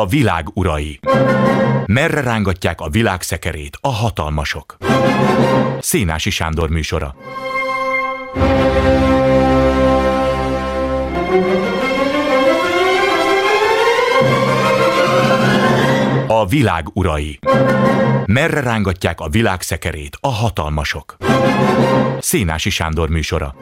A világ urai. Merre rángatják a világ szekerét a hatalmasok? Szénási Sándor műsora. A világ urai. Merre rángatják a világ szekerét a hatalmasok? Szénási Sándor műsora.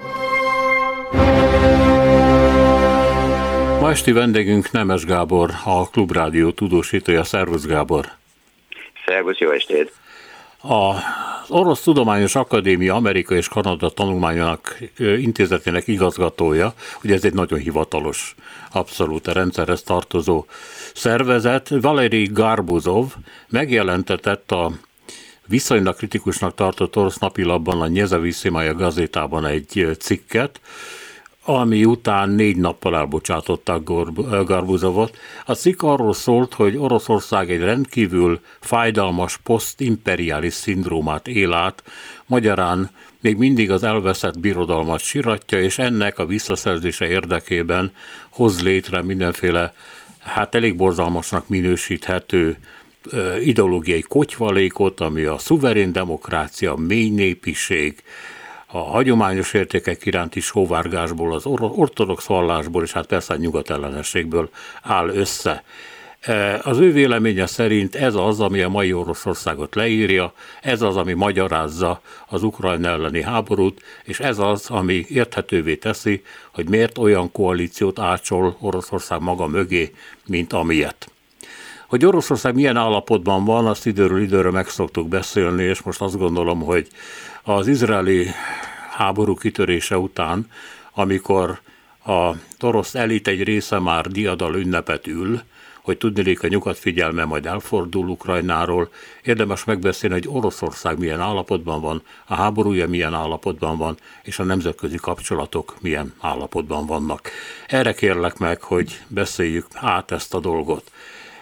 Ma esti vendégünk Nemes Gábor, a Klubrádió tudósítója. Szervusz, Gábor! Szervusz, jó estét! Az Orosz Tudományos Akadémia Amerika és Kanada Tanulmányának Intézetének igazgatója, ugye ez egy nagyon hivatalos, abszolút a rendszerhez tartozó szervezet, Valerij Garbuzov megjelentetett a viszonylag kritikusnak tartott orosz napilapban, a Nezavisimoye gazetában egy cikket, ami után 4 nappal elbocsátották Garbuzovot. A cikk arról szólt, hogy Oroszország egy rendkívül fájdalmas posztimperiális szindrómát él át, magyarán még mindig az elveszett birodalmat siratja, és ennek a visszaszerzése érdekében hoz létre mindenféle, elég borzalmasnak minősíthető ideológiai kotyvalékot, ami a szuverén demokrácia, mély népiség, a hagyományos értékek iránti sóvárgásból, az ortodox vallásból, és persze a nyugatellenességből áll össze. Az ő véleménye szerint ez az, ami a mai Oroszországot leírja, ez az, ami magyarázza az Ukrajna elleni háborút, és ez az, ami érthetővé teszi, hogy miért olyan koalíciót átsol Oroszország maga mögé, mint amilyet. Hogy Oroszország milyen állapotban van, azt időről időre meg szoktuk beszélni, és most azt gondolom, hogy az izraeli háború kitörése után, amikor az orosz elit egy része már diadal ünnepet ül, hogy tudniillik a nyugat figyelme majd elfordul Ukrajnáról, érdemes megbeszélni, hogy Oroszország milyen állapotban van, a háborúja milyen állapotban van, és a nemzetközi kapcsolatok milyen állapotban vannak. Erre kérlek meg, hogy beszéljük át ezt a dolgot.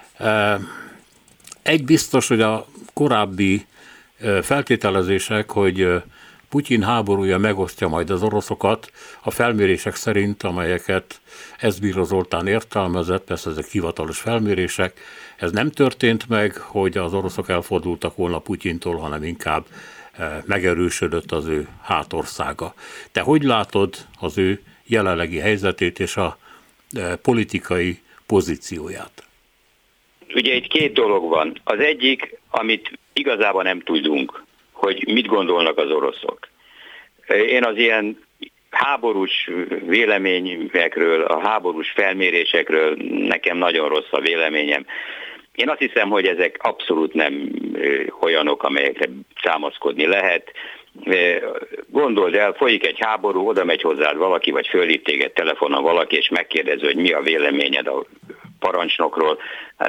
Egy biztos, hogy a korábbi feltételezések, hogy Putyin háborúja megosztja majd az oroszokat, a felmérések szerint, amelyeket Eszbíró Zoltán értelmezett, persze ezek hivatalos felmérések, ez nem történt meg, hogy az oroszok elfordultak volna Putyintól, hanem inkább megerősödött az ő hátországa. Te hogy látod az ő jelenlegi helyzetét és a politikai pozícióját? Ugye itt 2 dolog van. Az egyik, amit igazából nem tudunk, hogy mit gondolnak az oroszok. Én az ilyen háborús véleményekről, a háborús felmérésekről nekem nagyon rossz a véleményem. Én azt hiszem, hogy ezek abszolút nem olyanok, amelyekre támaszkodni lehet. Gondold el, folyik egy háború, oda megy hozzád valaki, vagy fölhív téged telefonon valaki, és megkérdezi, hogy mi a véleményed a parancsnokról.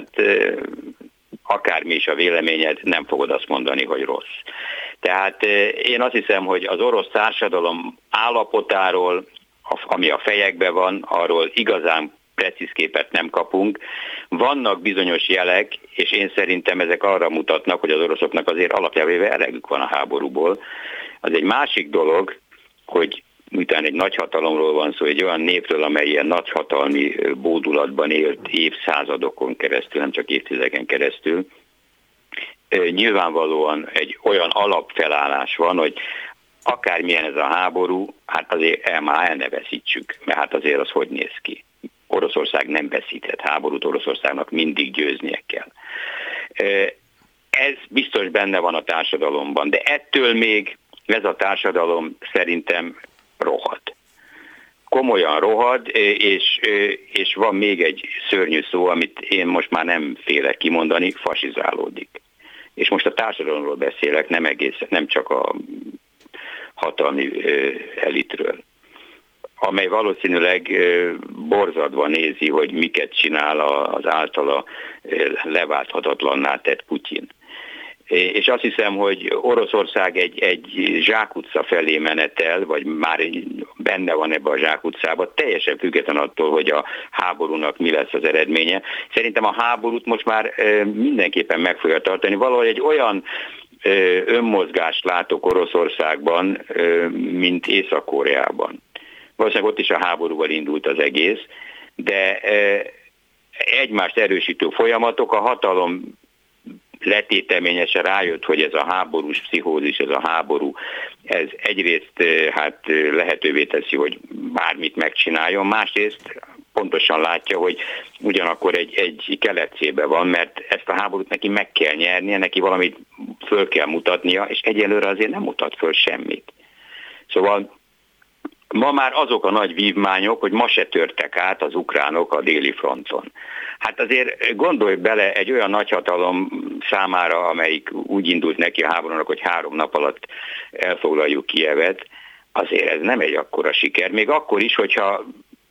Akármi is a véleményed, nem fogod azt mondani, hogy rossz. Tehát én azt hiszem, hogy az orosz társadalom állapotáról, ami a fejekben van, arról igazán precíz képet nem kapunk. Vannak bizonyos jelek, és én szerintem ezek arra mutatnak, hogy az oroszoknak azért alapjában véve elegük van a háborúból. Az egy másik dolog, hogy miután egy nagyhatalomról van szó, egy olyan népről, amely ilyen nagyhatalmi bódulatban élt évszázadokon keresztül, nem csak évtizedeken keresztül, nyilvánvalóan egy olyan alapfelállás van, hogy akármilyen ez a háború, azért el ne veszítsük, mert azért az hogy néz ki. Oroszország nem veszíthet háborút, Oroszországnak mindig győznie kell. Ez biztos benne van a társadalomban, de ettől még ez a társadalom szerintem rohad. Komolyan rohad, és van még egy szörnyű szó, amit én most már nem félek kimondani, fasizálódik. És most a társadalomról beszélek, nem csak a hatalmi elitről, amely valószínűleg borzadva nézi, hogy miket csinál az általa leválthatatlanná tett Putyin. És azt hiszem, hogy Oroszország egy zsákutca felé menetel, vagy már benne van ebbe a zsákutcába, teljesen független attól, hogy a háborúnak mi lesz az eredménye. Szerintem a háborút most már mindenképpen meg fogja tartani. Valahogy egy olyan önmozgást látok Oroszországban, mint Észak-Koreában. Valószínűleg ott is a háborúval indult az egész, de egymást erősítő folyamatok, a hatalom letéteményesen rájött, hogy ez a háborús pszichózis, ez a háború, ez egyrészt hát lehetővé teszi, hogy bármit megcsináljon, másrészt pontosan látja, hogy ugyanakkor egy keletcébe van, mert ezt a háborút neki meg kell nyernie, neki valamit föl kell mutatnia, és egyelőre azért nem mutat föl semmit. Szóval ma már azok a nagy vívmányok, hogy ma se törtek át az ukránok a déli fronton. Hát azért gondolj bele egy olyan nagyhatalom számára, amelyik úgy indult neki a háborúnak, hogy 3 nap alatt elfoglaljuk Kijevet, azért ez nem egy akkora siker. Még akkor is, hogyha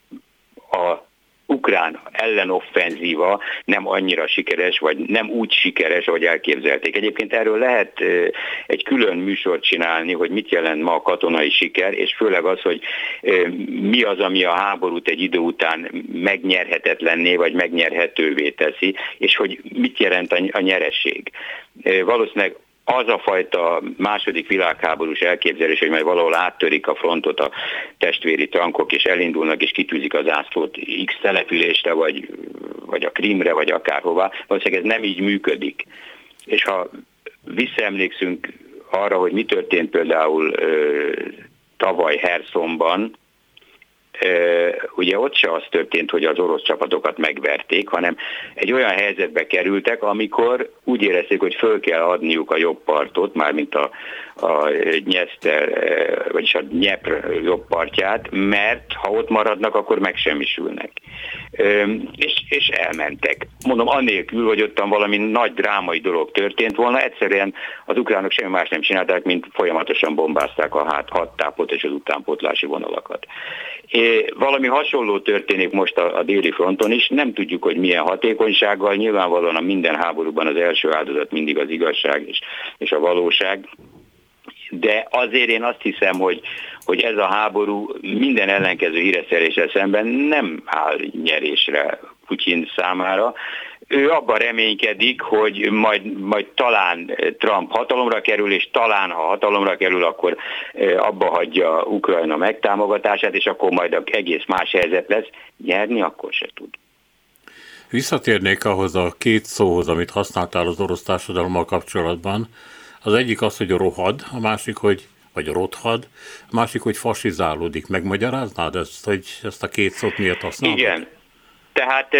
a ukrán ellenoffenzíva nem annyira sikeres, vagy nem úgy sikeres, ahogy elképzelték. Egyébként erről lehet egy külön műsort csinálni, hogy mit jelent ma a katonai siker, és főleg az, hogy mi az, ami a háborút egy idő után megnyerhetetlenné, vagy megnyerhetővé teszi, és hogy mit jelent a nyereség. Valószínűleg az a fajta második világháborús elképzelés, hogy majd valahol áttörik a frontot a testvéri tankok, és elindulnak, és kitűzik az zászlót X településre, vagy a Krímre, vagy akárhova, valószínűleg ez nem így működik. És ha visszaemlékszünk arra, hogy mi történt például tavaly Hersonban, ugye ott se az történt, hogy az orosz csapatokat megverték, hanem egy olyan helyzetbe kerültek, amikor úgy érezték, hogy föl kell adniuk a jobb partot, mármint a Dnyeszter, vagyis a Dnyepr jobb partját, mert ha ott maradnak, akkor megsemmisülnek. És elmentek. Mondom, annélkül, hogy ottan valami nagy drámai dolog történt volna, egyszerűen az ukránok semmi más nem csinálták, mint folyamatosan bombázták a hadtápot és az utánpótlási vonalakat. Valami hasonló történik most a déli fronton is, nem tudjuk, hogy milyen hatékonysággal, nyilvánvalóan a minden háborúban az első áldozat mindig az igazság és a valóság, de azért én azt hiszem, hogy ez a háború minden ellenkező híreszteléssel szemben nem áll nyerésre Putyin számára. Ő abban reménykedik, hogy majd talán Trump hatalomra kerül, és talán ha hatalomra kerül, akkor abba hagyja Ukrajna megtámogatását, és akkor majd egész más helyzet lesz. Nyerni akkor se tud. Visszatérnék ahhoz a 2 szóhoz, amit használtál az orosz társadalommal kapcsolatban. Az egyik az, hogy rohad, a másik, vagy rothad, a másik, hogy fasizálódik. Megmagyaráznád ezt, hogy ezt a 2 szót miért használod? Igen. Tehát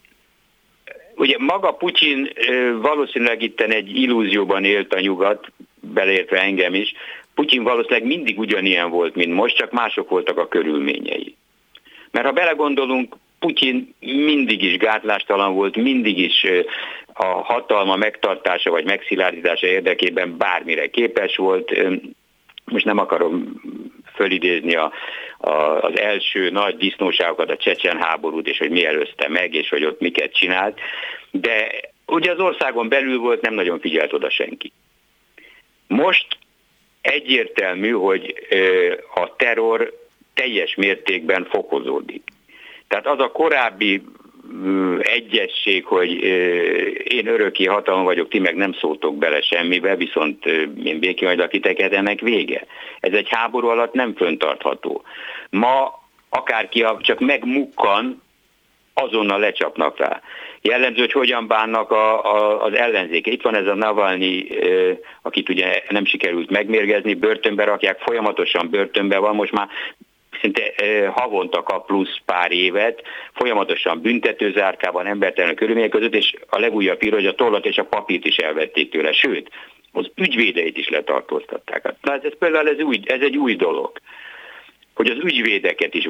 ugye maga Putyin valószínűleg itten egy illúzióban élt a nyugat, beleértve engem is. Putyin valószínűleg mindig ugyanilyen volt, mint most, csak mások voltak a körülményei. Mert ha belegondolunk, Putyin mindig is gátlástalan volt, mindig is a hatalma megtartása vagy megszilárdítása érdekében bármire képes volt. Most nem akarom fölidézni az első nagy disznóságokat, a csecsen háborút, és hogy mi előzte meg, és hogy ott miket csinált, de ugye az országon belül volt, nem nagyon figyelt oda senki. Most egyértelmű, hogy a terror teljes mértékben fokozódik. Tehát az a korábbi egyesség, hogy én örökké hatalom vagyok, ti meg nem szóltok bele semmibe, viszont én békén hagylak titeket, ennek vége. Ez egy háború alatt nem föntartható. Ma akárki csak megmukkan, azonnal lecsapnak rá. Jellemző, hogy hogyan bánnak az ellenzéke. Itt van ez a Navalnyi, akit ugye nem sikerült megmérgezni, börtönbe rakják, folyamatosan börtönbe van, most már szinte havonta kap plusz pár évet, folyamatosan büntetőzárkában, embertelen körülmények között, és a legújabb hír, hogy a tollat és a papírt is elvették tőle, sőt, az ügyvédeit is letartóztatták. Na ez például ez egy új dolog, hogy az ügyvédeket is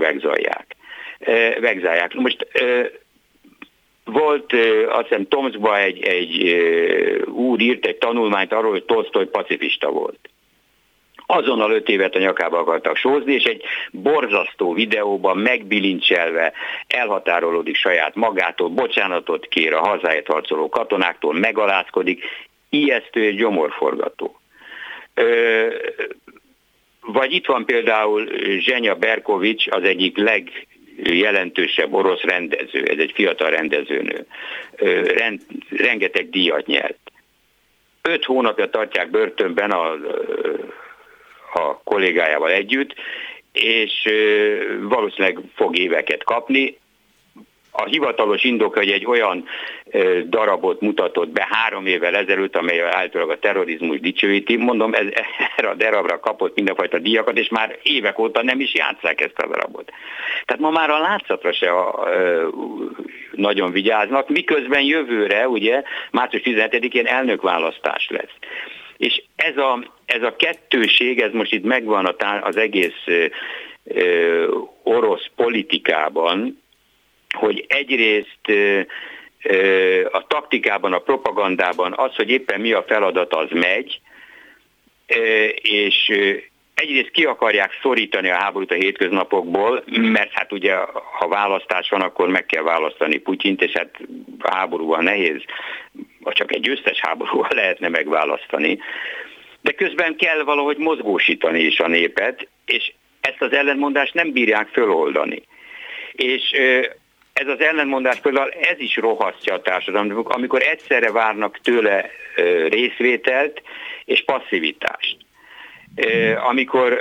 vegzálják. Most volt, azt hiszem Tomskban egy úr írt egy tanulmányt arról, hogy Tolsztoj pacifista volt. Azonnal 5 évet a nyakába akartak sózni, és egy borzasztó videóban megbilincselve elhatárolódik saját magától, bocsánatot kér a hazáért harcoló katonáktól, megalázkodik, ijesztő és gyomorforgató. Vagy itt van például Zsenya Berkovics, az egyik legjelentősebb orosz rendező, ez egy fiatal rendezőnő, rengeteg díjat nyert. 5 hónapja tartják börtönben a kollégájával együtt, és valószínűleg fog éveket kapni. A hivatalos indok, hogy egy olyan darabot mutatott be 3 évvel ezelőtt, amely általában a terrorizmus dicsőíti. Mondom, erre a darabra kapott mindenfajta díjakat, és már évek óta nem is játsszák ezt a darabot. Tehát ma már a látszatra se nagyon vigyáznak, miközben jövőre, ugye, március 17-én elnökválasztás lesz. És ez a kettőség, ez most itt megvan az egész orosz politikában, hogy egyrészt a taktikában, a propagandában az, hogy éppen mi a feladat, az megy, és egyrészt ki akarják szorítani a háborút a hétköznapokból, mert hát ugye, ha választás van, akkor meg kell választani Putyint, és hát a háborúval nehéz, vagy csak egy győztes háborúval lehetne megválasztani. De közben kell valahogy mozgósítani is a népet, és ezt az ellentmondást nem bírják föloldani. És ez az ellentmondás például ez is rohasztja a társadalmat, amikor egyszerre várnak tőle részvételt és passzivitást. Amikor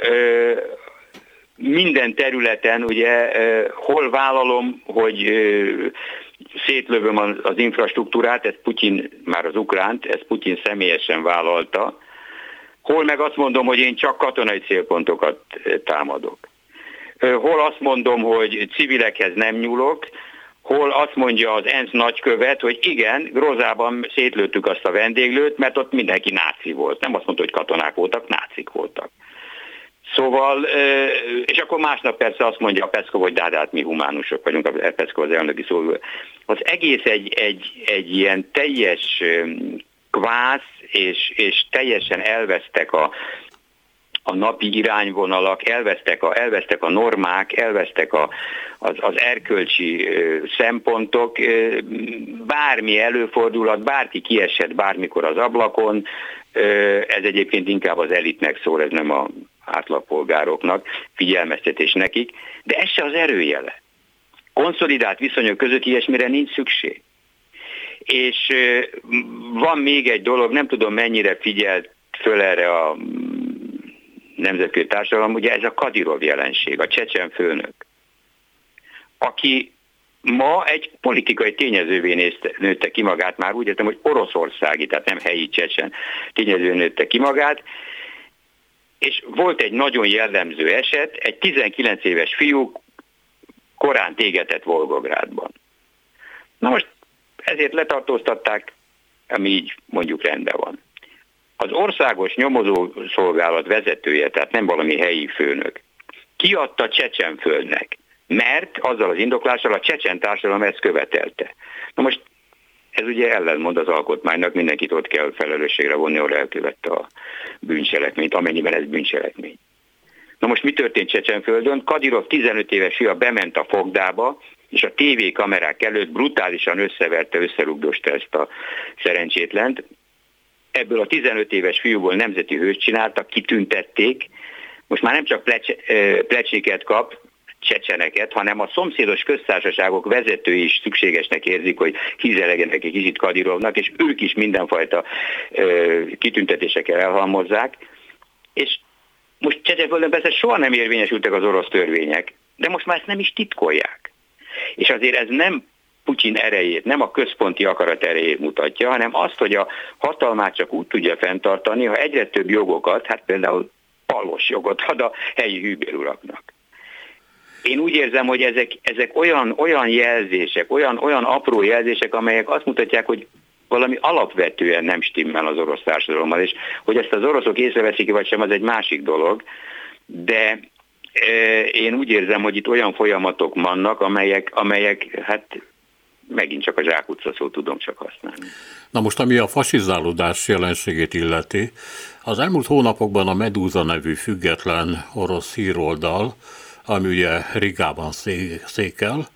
minden területen, ugye, hol vállalom, hogy szétlövöm az infrastruktúrát, ez Putyin, már az ukránt, ezt Putyin személyesen vállalta, hol meg azt mondom, hogy én csak katonai célpontokat támadok. Hol azt mondom, hogy civilekhez nem nyúlok, hol azt mondja az ENSZ nagykövet, hogy igen, Grozában szétlőttük azt a vendéglőt, mert ott mindenki náci volt. Nem azt mondta, hogy katonák voltak, nácik voltak. Szóval, és akkor másnap persze azt mondja a Peszkov, hogy hát mi humánusok vagyunk, a Peszkov az elnöki szó. Az egész egy ilyen teljes kvász, és teljesen elvesztek a napi irányvonalak, elvesztek a normák, elvesztek az erkölcsi szempontok, bármi előfordulhat, bárki kiesett bármikor az ablakon, ez egyébként inkább az elitnek szól, ez nem az átlagpolgároknak, figyelmeztetés nekik, de ez se az erőjele. Konszolidált viszonyok között ilyesmire nincs szükség. És van még egy dolog, nem tudom mennyire figyelt föl erre a nemzetközi társadalom, ugye ez a Kadirov jelenség, a csecsen főnök, aki ma egy politikai tényezővé nőtte ki magát, már úgy értem, hogy oroszországi, tehát nem helyi csecsen tényezővé nőtte ki magát, és volt egy nagyon jellemző eset, egy 19 éves fiú korán égetett Volgográdban. Na most ezért letartóztatták, ami így mondjuk rendben van. Az országos nyomozószolgálat vezetője, tehát nem valami helyi főnök, kiadta Csecsenföldnek, mert azzal az indoklással a csecsen társadalom ezt követelte. Na most ez ugye ellentmond az alkotmánynak, mindenkit ott kell felelősségre vonni, ahol elkövette a bűncselekményt, amennyiben ez bűncselekmény. Na most mi történt Csecsenföldön? Kadirov 15 éves fia bement a fogdába, és a tévékamerák előtt brutálisan összerugdosta ezt a szerencsétlent. Ebből a 15 éves fiúból nemzeti hőst csináltak, kitüntették. Most már nem csak plecséket kap, csecseneket, hanem a szomszédos köztársaságok vezetői is szükségesnek érzik, hogy hízelegenek egy kicsit Kadirovnak, és ők is mindenfajta kitüntetésekkel elhalmozzák. És most Csecsenföldön persze soha nem érvényesültek az orosz törvények, de most már ezt nem is titkolják. És azért ez nem Putyin erejét, nem a központi akarat erejét mutatja, hanem azt, hogy a hatalmát csak úgy tudja fenntartani, ha egyre több jogokat, hát például palos jogot ad a helyi hűbéruraknak. Én úgy érzem, hogy ezek olyan jelzések, olyan apró jelzések, amelyek azt mutatják, hogy valami alapvetően nem stimmel az orosz társadalommal, és hogy ezt az oroszok észreveszik, vagy sem, az egy másik dolog, de én úgy érzem, hogy itt olyan folyamatok vannak, amelyek hát megint csak a zsákutca szót tudom csak használni. Na most, ami a fasizálódás jelenségét illeti, az elmúlt hónapokban a Medúza nevű független orosz híroldal, ami ugye Rigában székel,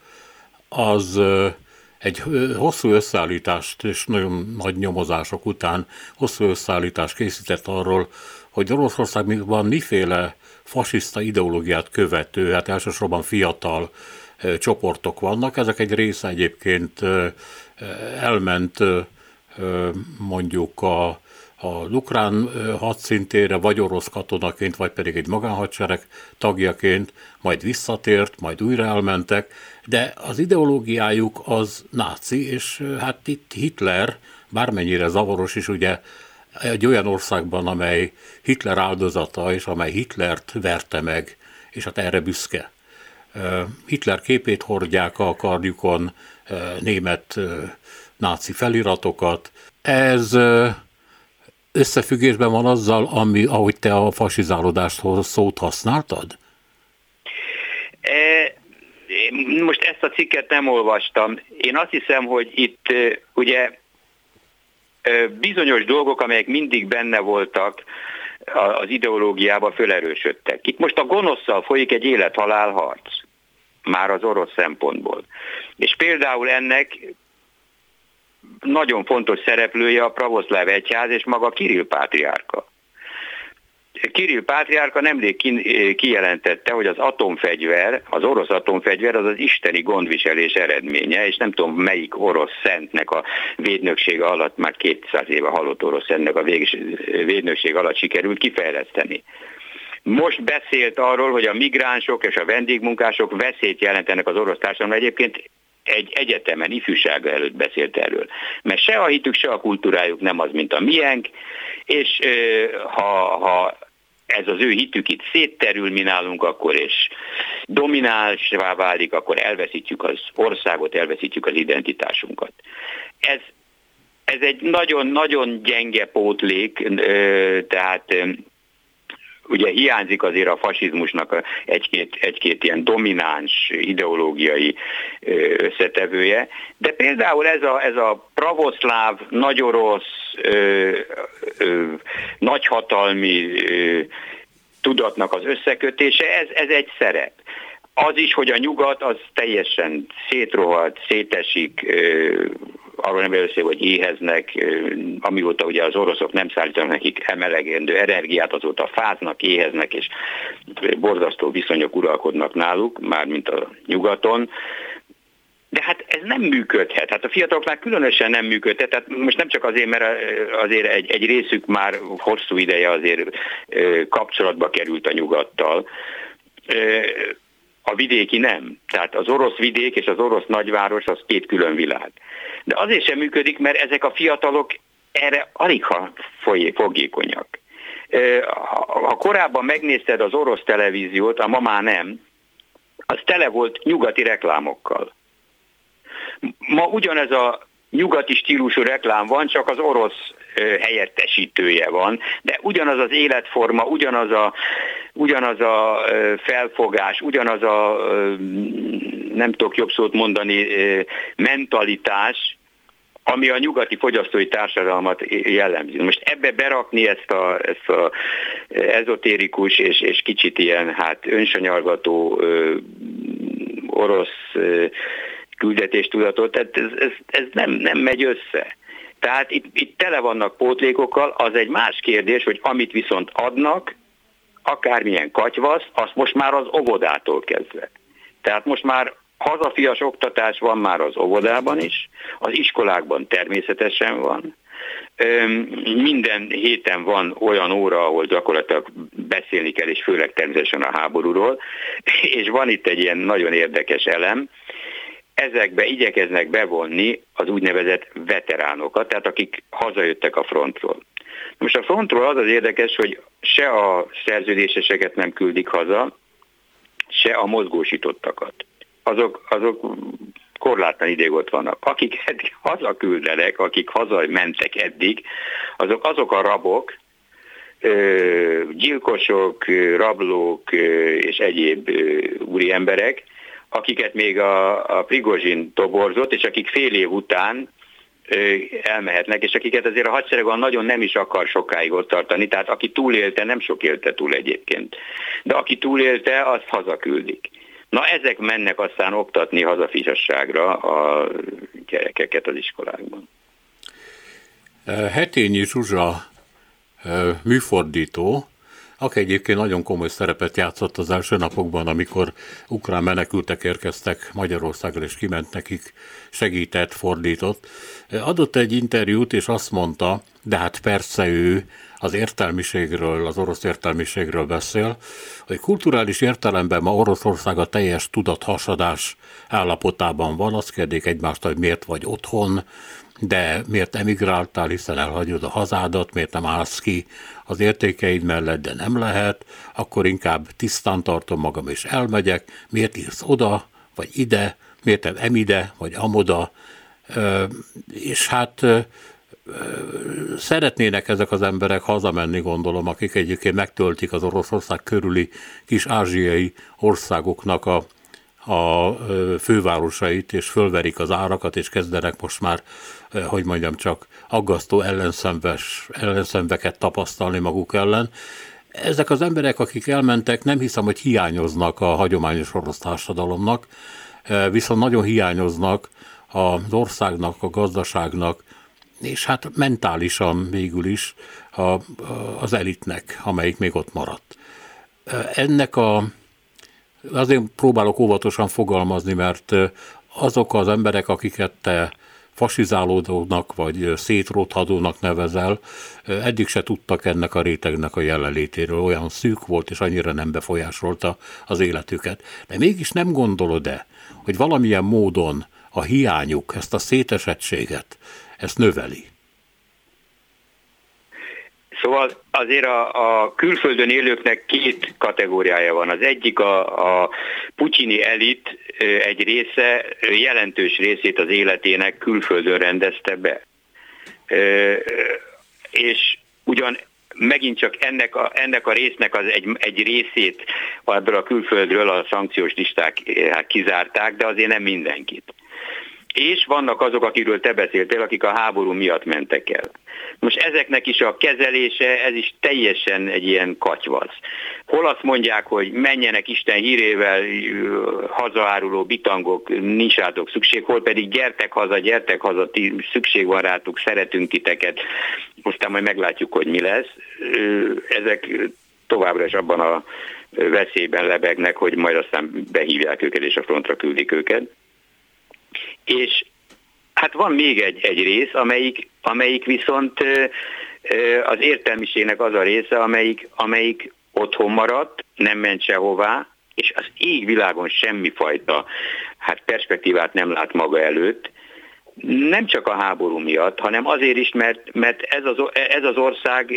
az egy hosszú összeállítást és nagyon nagy nyomozások után hosszú összeállítást készített arról, hogy Oroszországban miféle fasiszta ideológiát követő, hát elsősorban fiatal csoportok vannak. Ezek egy része egyébként elment mondjuk az ukrán hadszintére, vagy orosz katonaként, vagy pedig egy magánhadsereg tagjaként, majd visszatért, majd újra elmentek, de az ideológiájuk az náci, és hát itt Hitler, bármennyire zavaros is, ugye egy olyan országban, amely Hitler áldozata, és amely Hitlert verte meg, és hát erre büszke. Hitler képét hordják a karjukon, német náci feliratokat. Ez összefüggésben van azzal, ahogy te a fasizálódást szót használtad? Most ezt a cikket nem olvastam. Én azt hiszem, hogy itt ugye bizonyos dolgok, amelyek mindig benne voltak az ideológiában, fölerősödtek. Itt most a gonoszszal folyik egy élet-halál harc, már az orosz szempontból. És például ennek nagyon fontos szereplője a pravoszláv egyház és maga Kirill pátriárka. Kirill pátriárka nemrég kijelentette, hogy az atomfegyver, az orosz atomfegyver az az isteni gondviselés eredménye, és nem tudom melyik orosz szentnek a védnöksége alatt, már 200 éve halott orosz szentnek a védnökség alatt sikerült kifejleszteni. Most beszélt arról, hogy a migránsok és a vendégmunkások veszélyt jelentenek az orosz társadalomra. Egyébként egy egyetemen, ifjúsága előtt beszélt erről. Mert se a hitük, se a kultúrájuk nem az, mint a miénk, és ha ez az ő hitük itt szétterül mi nálunk, akkor és dominálsvá válik, akkor elveszítjük az országot, elveszítjük az identitásunkat. Ez egy nagyon-nagyon gyenge pótlék, tehát ugye hiányzik azért a fasizmusnak egy-két ilyen domináns ideológiai összetevője, de például ez a pravoszláv, nagyorosz, nagyhatalmi tudatnak az összekötése, ez egy szerep. Az is, hogy a nyugat az teljesen szétrohalt, szétesik, arról nem beszél, hogy éheznek, amióta ugye az oroszok nem szállítanak nekik emelegendő energiát, azóta fáznak, éheznek, és borzasztó viszonyok uralkodnak náluk, mármint a nyugaton. De hát ez nem működhet. Hát a fiataloknál különösen nem működhet. Tehát most nem csak azért, mert azért egy részük már hosszú ideje azért kapcsolatba került a nyugattal. A vidéki nem. Tehát az orosz vidék és az orosz nagyváros az két külön világ. De azért sem működik, mert ezek a fiatalok erre aligha fogékonyak. Ha korábban megnézted az orosz televíziót, ma már nem, az tele volt nyugati reklámokkal. Ma ugyanez a nyugati stílusú reklám van, csak az orosz helyettesítője van, de ugyanaz az életforma, ugyanaz a felfogás, ugyanaz a, nem tudok jobb szót mondani, mentalitás, ami a nyugati fogyasztói társadalmat jellemzi. Most ebbe berakni ezt a ezotérikus és kicsit ilyen önsanyargató orosz küldetéstudatot, tehát ez nem megy össze. Tehát itt tele vannak pótlékokkal, az egy más kérdés, hogy amit viszont adnak, akármilyen katyvasz, azt most már az óvodától kezdve. Tehát most már hazafias oktatás van már az óvodában is, az iskolákban természetesen van. Minden héten van olyan óra, ahol gyakorlatilag beszélni kell, és főleg természetesen a háborúról, és van itt egy ilyen nagyon érdekes elem, ezekbe igyekeznek bevonni az úgynevezett veteránokat, tehát akik hazajöttek a frontról. Most a frontról az érdekes, hogy se a szerződéseseket nem küldik haza, se a mozgósítottakat. Azok korlátlan ideig ott vannak. Akiket hazaküldenek, akik hazamentek eddig, azok a rabok, gyilkosok, rablók és egyéb úri emberek, akiket még a Prigozsin toborzott, és akik fél év után elmehetnek, és akiket azért a hadsereg nagyon nem is akar sokáig ott tartani, tehát aki túlélte, nem sok élte túl egyébként, de aki túlélte, azt hazaküldik. Na ezek mennek aztán oktatni hazafisasságra a gyerekeket az iskolákban. Hetényi Zsuzsa műfordító aki egyébként nagyon komoly szerepet játszott az első napokban, amikor ukrán menekültek érkeztek Magyarországra, és kiment nekik, segített, fordított. Adott egy interjút, és azt mondta, de hát persze ő az értelmiségről, az orosz értelmiségről beszél, hogy kulturális értelemben ma Oroszország a teljes tudathasadás állapotában van, azt kérdik egymást, hogy miért vagy otthon, de miért emigráltál, hiszen elhagyod a hazádat, miért nem állsz ki az értékeid mellett, de nem lehet, akkor inkább tisztán tartom magam és elmegyek, miért írsz oda, vagy ide, miért nem emide, vagy amoda, és hát szeretnének ezek az emberek hazamenni, gondolom, akik egyébként megtöltik az Oroszország körüli kis ázsiai országoknak a fővárosait, és fölverik az árakat, és kezdenek most már, hogy mondjam, csak aggasztó ellenszenveket tapasztalni maguk ellen. Ezek az emberek, akik elmentek, nem hiszem, hogy hiányoznak a hagyományos orosz társadalomnak, viszont nagyon hiányoznak az országnak, a gazdaságnak, és hát mentálisan végül is az elitnek, amelyik még ott maradt. Azért próbálok óvatosan fogalmazni, mert azok az emberek, akiket te fasizálódónak vagy szétrothadónak nevezel, eddig se tudtak ennek a rétegnek a jelenlétéről, olyan szűk volt és annyira nem befolyásolta az életüket. De mégis nem gondolod-e, hogy valamilyen módon a hiányuk, ezt a szétesettséget, ezt növeli? Szóval azért a külföldön élőknek két kategóriája van. Az egyik a putyini elit egy része, jelentős részét az életének külföldön rendezte be. És ugyan megint csak ennek a résznek az egy részét ebből a külföldről a szankciós listák kizárták, de azért nem mindenkit. És vannak azok, akiről te beszéltél, akik a háború miatt mentek el. Most ezeknek is a kezelése, ez is teljesen egy ilyen katyvasz. Hol azt mondják, hogy menjenek Isten hírével, hazaáruló bitangok, nincs rátok szükség, hol pedig gyertek haza, szükség van rátok, szeretünk titeket. Aztán majd meglátjuk, hogy mi lesz. Ezek továbbra is abban a veszélyben lebegnek, hogy majd aztán behívják őket és a frontra küldik őket. És hát van még egy rész, amelyik viszont az értelmiségnek az a része, amelyik otthon maradt, nem ment sehová, és az égvilágon semmifajta perspektívát nem lát maga előtt, nem csak a háború miatt, hanem azért is, mert ez az ország,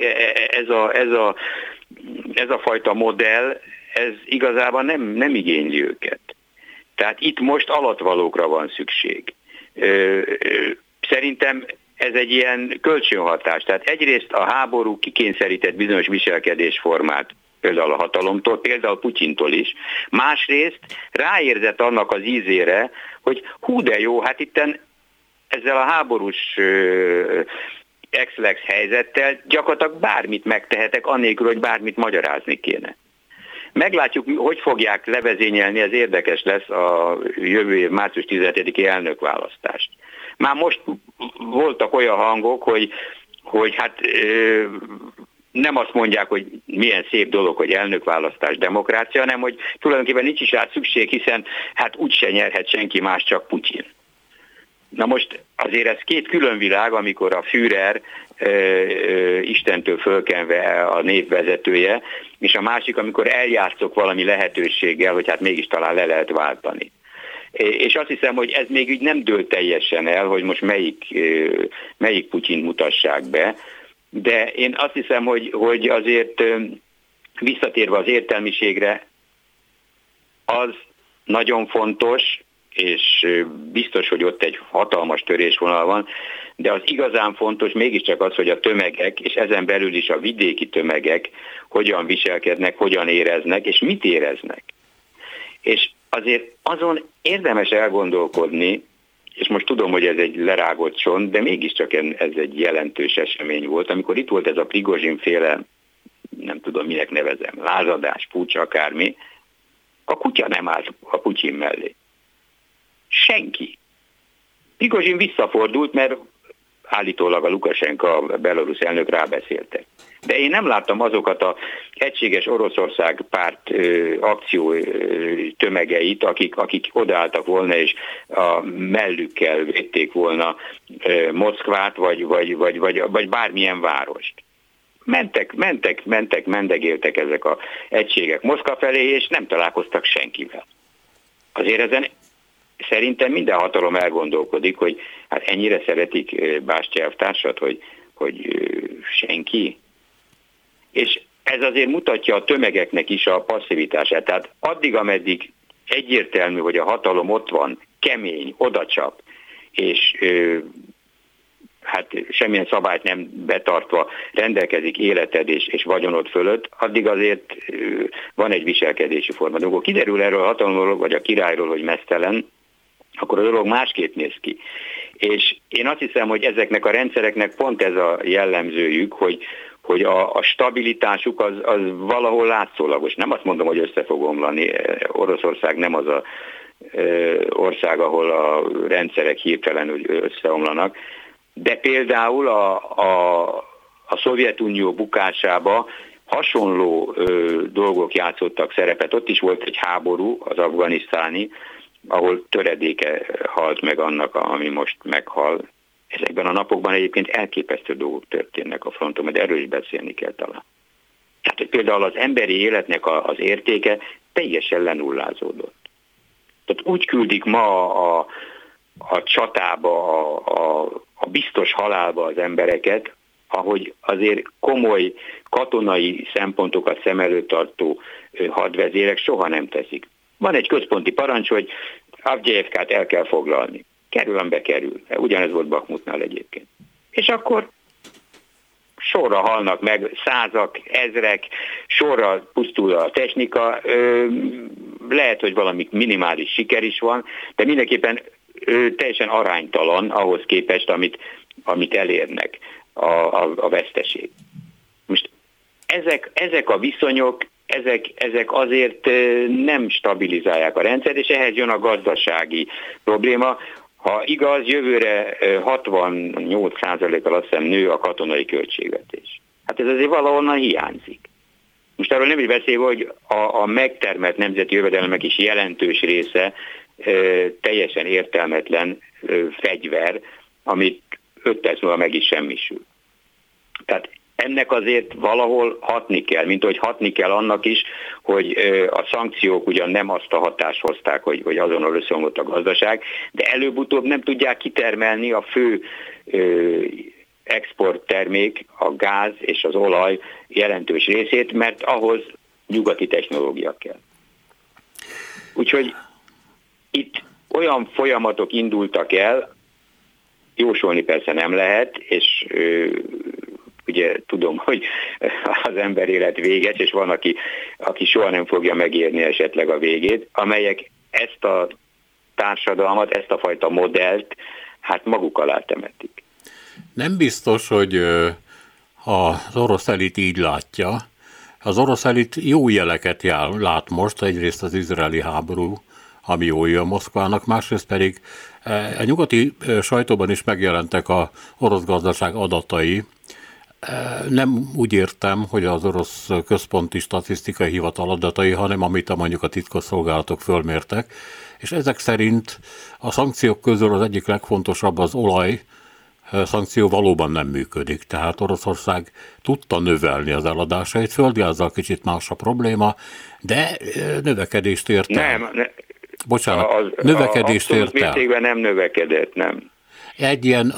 ez a fajta modell, ez igazából nem igényli őket. Tehát itt most alatvalókra van szükség. Szerintem ez egy ilyen kölcsönhatás. Tehát egyrészt a háború kikényszerített bizonyos viselkedésformát, például a hatalomtól, például Putyintól is. Másrészt ráérzett annak az ízére, hogy hú de jó, hát itten ezzel a háborús ex-lex helyzettel gyakorlatilag bármit megtehetek, annélkül, hogy bármit magyarázni kéne. Meglátjuk, hogy fogják levezényelni, ez érdekes lesz a jövő év március 17-i elnökválasztást. Már most voltak olyan hangok, hogy nem azt mondják, hogy milyen szép dolog, hogy elnökválasztás, demokrácia, hanem hogy tulajdonképpen nincs is rá szükség, hiszen úgyse nyerhet senki más, csak Putyin. Na most azért ez két külön világ, amikor a Führer Istentől fölkenve a nép vezetője, és a másik, amikor eljátszok valami lehetőséggel, hogy mégis talán le lehet váltani. És azt hiszem, hogy ez még úgy nem dőlt teljesen el, hogy most melyik Putyint mutassák be, de én azt hiszem, hogy azért visszatérve az értelmiségre, az nagyon fontos, és biztos, hogy ott egy hatalmas törésvonal van, de az igazán fontos mégiscsak az, hogy a tömegek, és ezen belül is a vidéki tömegek hogyan viselkednek, hogyan éreznek, és mit éreznek. És azért azon érdemes elgondolkodni, és most tudom, hogy ez egy lerágott csont, de mégiscsak ez egy jelentős esemény volt, amikor itt volt ez a Prigozsin-féle, nem tudom minek nevezem, lázadás, puccs, akármi, a kutya nem állt a Putyin mellé. Senki. Prigozsin visszafordult, mert állítólag a Lukasenka, a belarusz elnök rábeszéltek. De én nem láttam azokat az egységes Oroszország párt akció tömegeit, akik odaálltak volna, és a mellükkel védték volna Moszkvát, vagy bármilyen várost. Mendegéltek ezek az egységek Moszkva felé, és nem találkoztak senkivel. Azért ezen szerintem minden hatalom elgondolkodik, hogy hát ennyire szeretik Bástya elvtársat, hogy senki. És ez azért mutatja a tömegeknek is a passzivitását. Tehát addig, ameddig egyértelmű, hogy a hatalom ott van, kemény, odacsap, és hát semmilyen szabályt nem betartva rendelkezik életed és vagyonod fölött, addig azért van egy viselkedési forma. De akkor kiderül erről a hatalomról, vagy a királyról, hogy meztelen, akkor a dolog másképp néz ki. És én azt hiszem, hogy ezeknek a rendszereknek pont ez a jellemzőjük, hogy a stabilitásuk az valahol látszólagos. Nem azt mondom, hogy össze fog omlani. Oroszország nem az a ország, ahol a rendszerek hirtelenül összeomlanak, de például a Szovjetunió bukásába hasonló dolgok játszottak szerepet. Ott is volt egy háború, az afganisztáni, ahol töredéke halt meg annak, ami most meghal. Ezekben a napokban egyébként elképesztő dolgok történnek a fronton, mert erről is beszélni kell talán. Tehát, hogy például az emberi életnek az értéke teljesen lenullázódott. Tehát úgy küldik ma a csatába, a biztos halálba az embereket, ahogy azért komoly katonai szempontokat szem előtt tartó hadvezérek soha nem teszik. Van egy központi parancs, hogy Avgyejevkát el kell foglalni. Kerül, amibe kerül. Ugyanez volt Bakhmutnál egyébként. És akkor sorra halnak meg százak, ezrek, sorra pusztul a technika, lehet, hogy valami minimális siker is van, de mindenképpen teljesen aránytalan ahhoz képest, amit elérnek a veszteség. Most ezek a viszonyok, ezek azért nem stabilizálják a rendszert, és ehhez jön a gazdasági probléma. Ha igaz, jövőre 68%-kal azt hiszem nő a katonai költségvetés. Hát ez azért valahonnan hiányzik. Most arról nem is beszélve, hogy a megtermelt nemzeti jövedelmek is jelentős része teljesen értelmetlen fegyver, amit 5 perc múlva meg is semmisül. Tehát ennek azért valahol hatni kell, mint hogy hatni kell annak is, hogy a szankciók ugyan nem azt a hatást hozták, hogy azonnal összeomlott a gazdaság, de előbb-utóbb nem tudják kitermelni a fő exporttermék, a gáz és az olaj jelentős részét, mert ahhoz nyugati technológia kell. Úgyhogy itt olyan folyamatok indultak el, jósolni persze nem lehet, és ugye tudom, hogy az ember élet véges, és van, aki soha nem fogja megérni esetleg a végét, amelyek ezt a társadalmat, ezt a fajta modellt, hát maguk alá temetik. Nem biztos, hogy az orosz elit így látja. Az orosz elit jó jeleket lát most, egyrészt az izraeli háború, ami jól jön Moszkvának, másrészt pedig a nyugati sajtóban is megjelentek az orosz gazdaság adatai. Nem úgy értem, hogy az orosz központi statisztikai hivatal adatai, hanem amit mondjuk a titkosszolgálatok fölmértek, és ezek szerint a szankciók közül az egyik legfontosabb az olaj szankció valóban nem működik. Tehát Oroszország tudta növelni az eladásait, földgázzal kicsit más a probléma, de növekedést ért el. Bocsánat, növekedést ért el. Mértékben nem növekedett, nem. Egy ilyen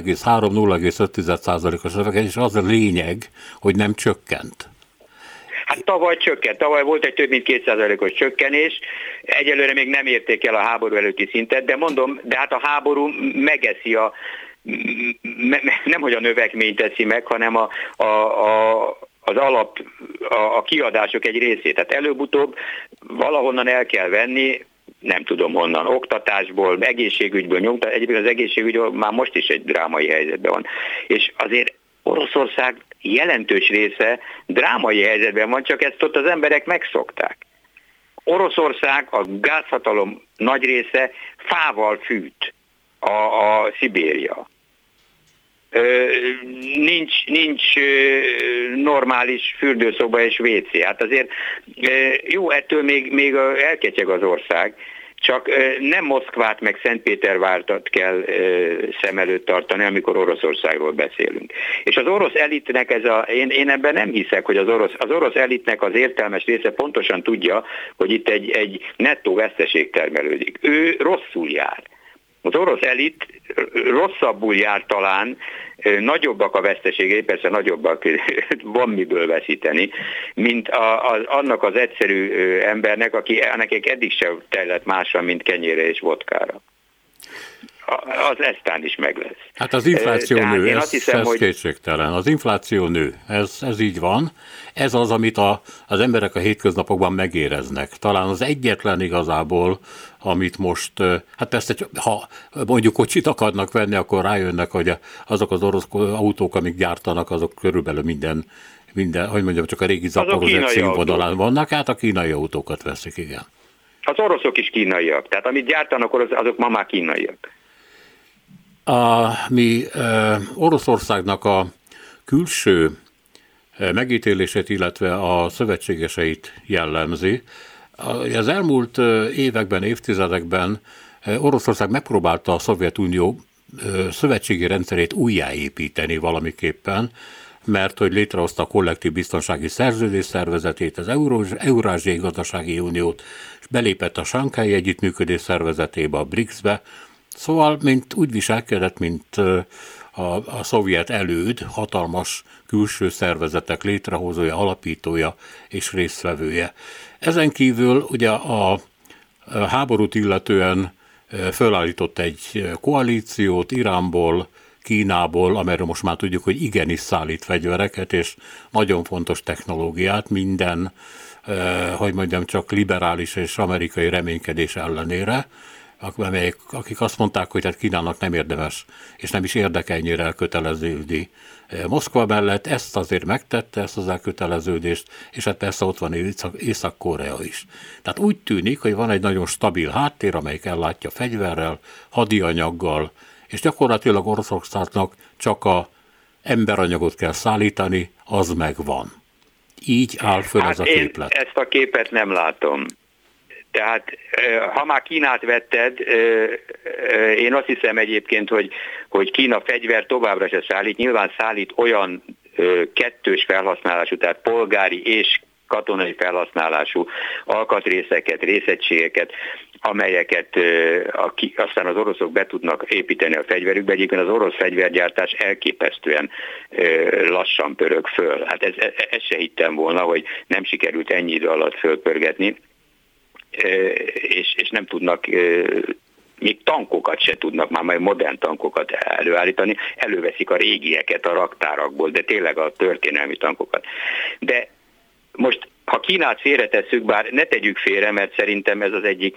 0,3-0,5%-os növekedés, az a lényeg, hogy nem csökkent. Hát tavaly csökkent, tavaly volt egy több mint 2%-os csökkenés, egyelőre még nem érték el a háború előtti szintet, de mondom, de hát a háború megeszi nem hogy a növekményt teszi meg, hanem az a kiadások egy részét. Tehát előbb-utóbb valahonnan el kell venni, nem tudom honnan, oktatásból, egészségügyből, nyomta, egyébként az egészségügy már most is egy drámai helyzetben van. És azért Oroszország jelentős része drámai helyzetben van, csak ezt ott az emberek megszokták. Oroszország, a gázhatalom nagy része fával fűt, a Szibéria. nincs normális fürdőszoba és WC. Hát azért jó, ettől még elketyeg az ország, csak nem Moszkvát meg Szentpétervárat kell szem előtt tartani, amikor Oroszországról beszélünk. És az orosz elitnek én ebben nem hiszek, hogy az orosz elitnek az értelmes része pontosan tudja, hogy itt egy nettó veszteség termelődik. Ő rosszul jár. Az orosz elit rosszabbul jár talán, nagyobbak a veszteségei, persze nagyobbak, van miből veszíteni, mint annak az egyszerű embernek, akinek eddig sem tellett másra, mint kenyére és vodkára. Az eztán is meg lesz. Hát az infláció nő, ez kétségtelen. Az infláció nő, ez így van. Ez az, amit az emberek a hétköznapokban megéreznek. Talán az egyetlen igazából, amit most, hát persze, ha mondjuk kocsit akarnak venni, akkor rájönnek, hogy azok az orosz autók, amik gyártanak, azok körülbelül minden, hogy mondjam, csak a régi Zaporozhye színvonalán vannak, hát a kínai autókat veszik, igen. Az oroszok is kínaiak, tehát amit gyártanak, azok ma már kínaiak. Mi Oroszországnak a külső megítélését, illetve a szövetségeseit jellemzi. Az elmúlt években, évtizedekben Oroszország megpróbálta a Szovjetunió szövetségi rendszerét újjáépíteni valamiképpen, mert hogy létrehozta a kollektív biztonsági szerződés szervezetét, az Eurázsiai Gazdasági Uniót, és belépett a Sanghái Együttműködés szervezetébe, a BRICS-be. Szóval úgy viselkedett, mint a szovjet előd, hatalmas külső szervezetek létrehozója, alapítója és résztvevője. Ezen kívül ugye a háborút illetően fölállított egy koalíciót Iránból, Kínából, amelyről most már tudjuk, hogy igenis szállít fegyvereket, és nagyon fontos technológiát minden, hogy mondjam, csak liberális és amerikai reménykedés ellenére, akik azt mondták, hogy hát Kínának nem érdemes, és nem is érdekel ennyire elköteleződni Moszkva mellett, ezt azért megtette, ezt az elköteleződést, és hát persze ott van Észak-Korea is. Tehát úgy tűnik, hogy van egy nagyon stabil háttér, amelyik ellátja fegyverrel, hadianyaggal, és gyakorlatilag Oroszországnak csak a emberanyagot kell szállítani, az megvan. Így áll föl ez a képlet. Én ezt a képet nem látom. Tehát ha már Kínát vetted, én azt hiszem egyébként, hogy Kína fegyver továbbra se szállít. Nyilván szállít olyan kettős felhasználású, tehát polgári és katonai felhasználású alkatrészeket, részegységeket, amelyeket aztán az oroszok be tudnak építeni a fegyverükbe. Egyébként az orosz fegyvergyártás elképesztően lassan pörög föl. Hát ez se hittem volna, hogy nem sikerült ennyi idő alatt fölpörgetni. És nem tudnak, még tankokat se tudnak, már majd modern tankokat előállítani, előveszik a régieket a raktárakból, de tényleg a történelmi tankokat. De most, ha Kínát félretesszük, bár ne tegyük félre, mert szerintem ez az egyik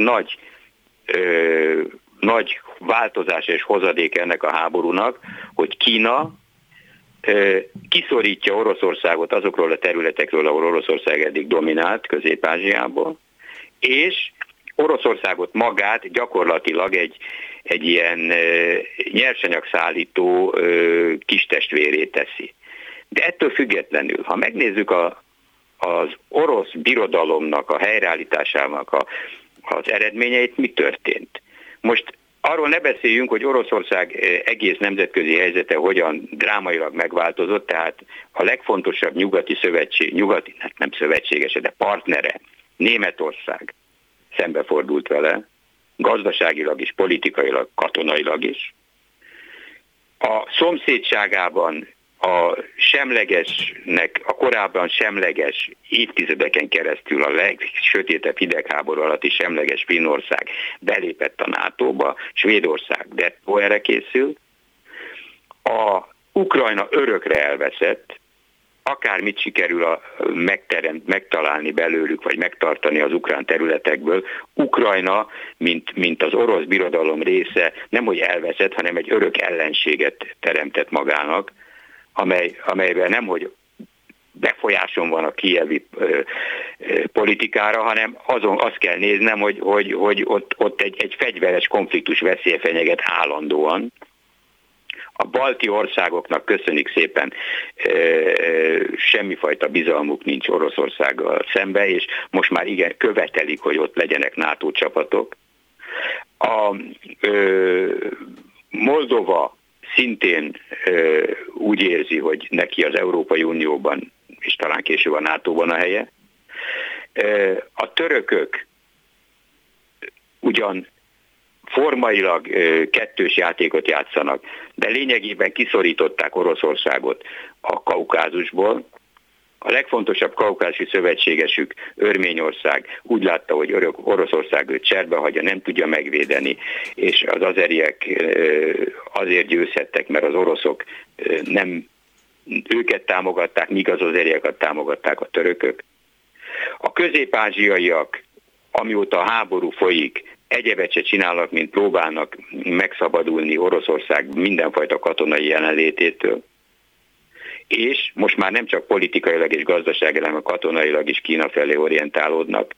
nagy változás és hozadék ennek a háborúnak, hogy Kína kiszorítja Oroszországot azokról a területekről, ahol Oroszország eddig dominált, Közép-Ázsiából, és Oroszországot magát gyakorlatilag egy ilyen nyersanyagszállító kistestvérét teszi. De ettől függetlenül, ha megnézzük az orosz birodalomnak, a helyreállításának az eredményeit, mi történt? Most arról ne beszéljünk, hogy Oroszország egész nemzetközi helyzete hogyan drámailag megváltozott, tehát a legfontosabb nyugati nem szövetségese, de partnere, Németország szembefordult vele, gazdaságilag is, politikailag, katonailag is. A szomszédságában a korábban semleges, évtizedeken keresztül a legsötétebb hidegháború alatti semleges Finnország belépett a NATO-ba, Svédország dettó erre készül. A Ukrajna örökre elveszett, akármit sikerül megtalálni belőlük, vagy megtartani az ukrán területekből, Ukrajna, mint az orosz birodalom része, nemhogy elveszett, hanem egy örök ellenséget teremtett magának, amelyben nemhogy befolyáson van a kijevi politikára, hanem azt kell néznem, hogy ott egy fegyveres konfliktus veszélye fenyeget állandóan, A balti országoknak köszönik szépen, semmifajta bizalmuk nincs Oroszországgal szembe, és most már igen, követelik, hogy ott legyenek NATO csapatok. A Moldova szintén úgy érzi, hogy neki az Európai Unióban, és talán később a NATO-ban a helye. A törökök ugyan formailag kettős játékot játszanak, de lényegében kiszorították Oroszországot a Kaukázusból. A legfontosabb kaukázusi szövetségesük, Örményország úgy látta, hogy Oroszország őt cserbe hagyja, nem tudja megvédeni, és az azeriek azért győzhettek, mert az oroszok nem őket támogatták, míg az azerieket támogatták a törökök. A közép-ázsiaiak, amióta a háború folyik, egyebet se csinálnak, mint próbálnak megszabadulni Oroszország mindenfajta katonai jelenlététől. És most már nem csak politikailag és gazdaságilag, hanem katonailag is Kína felé orientálódnak.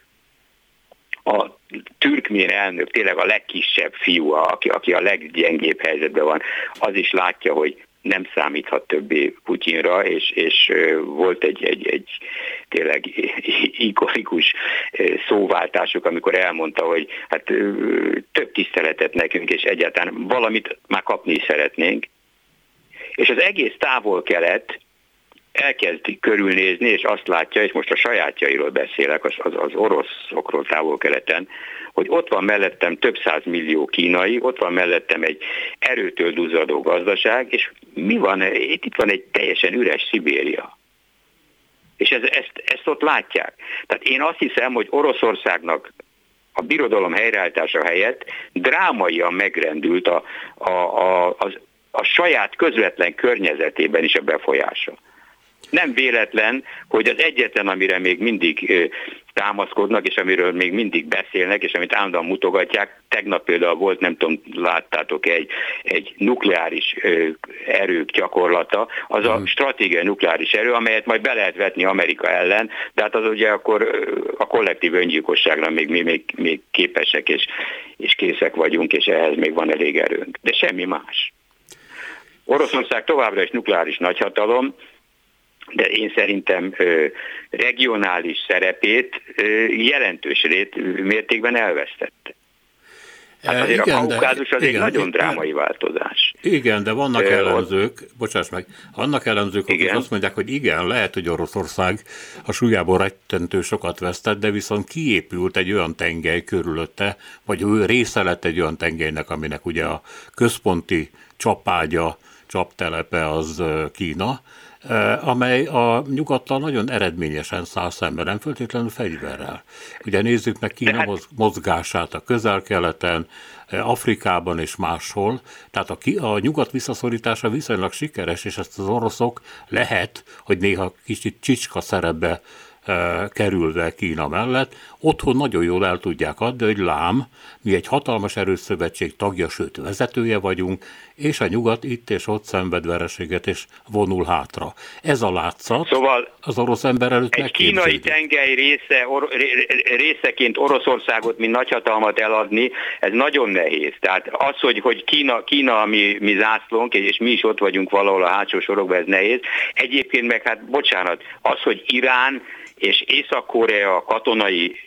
A türkmén elnök, tényleg a legkisebb fiú, aki a leggyengébb helyzetben van, az is látja, hogy nem számíthat többé Putyinra, és volt egy tényleg ikonikus szóváltásuk, amikor elmondta, hogy hát több tiszteletet nekünk, és egyáltalán valamit már kapni is szeretnénk. És az egész Távol-Kelet elkezd körülnézni, és azt látja, és most a sajátjairól beszélek, az oroszokról Távol-Keleten, hogy ott van mellettem több százmillió kínai, ott van mellettem egy erőtől duzzadó gazdaság, és mi van? Itt van egy teljesen üres Szibéria. És ezt ott látják. Tehát én azt hiszem, hogy Oroszországnak a birodalom helyreállítása helyett drámaian megrendült a saját közvetlen környezetében is a befolyása. Nem véletlen, hogy az egyetlen, amire még mindig támaszkodnak, és amiről még mindig beszélnek, és amit állandóan mutogatják, tegnap például volt, nem tudom, láttátok, egy nukleáris erők gyakorlata, az a stratégiai nukleáris erő, amelyet majd be lehet vetni Amerika ellen, de hát az ugye akkor a kollektív öngyilkosságra még képesek és készek vagyunk, és ehhez még van elég erőnk. De semmi más. Oroszország továbbra is nukleáris nagyhatalom, de én szerintem regionális szerepét jelentős mértékben elvesztette. Hát azért igen, a Kaukázus az egy nagyon drámai változás. Igen, de vannak ellenzők, bocsáss meg, vannak ellenzők, akik azt mondják, hogy igen, lehet, hogy Oroszország a súlyából rettentő sokat vesztett, de viszont kiépült egy olyan tengely körülötte, vagy ő része lett egy olyan tengelynek, aminek ugye a központi csapágya, csaptelepe az Kína, amely a nyugattal nagyon eredményesen száll szemben, nem feltétlenül fegyverrel. Ugye nézzük meg Kína mozgását a Közel-Keleten, Afrikában és máshol, tehát a nyugat visszaszorítása viszonylag sikeres, és ezt az oroszok lehet, hogy néha kicsit csicska szerepbe kerülve Kína mellett, otthon nagyon jól el tudják adni, hogy lám, mi egy hatalmas erőszövetség tagja, sőt vezetője vagyunk, és a nyugat itt és ott szenved vereséget és vonul hátra. Ez a látszat szóval az orosz ember előtt egy kínai tengely részeként Oroszországot, mint nagyhatalmat eladni, ez nagyon nehéz. Tehát az, hogy Kína a mi zászlónk, és mi is ott vagyunk valahol a hátsó sorokban, ez nehéz. Egyébként meg, hát bocsánat, az, hogy Irán és Észak-Korea katonai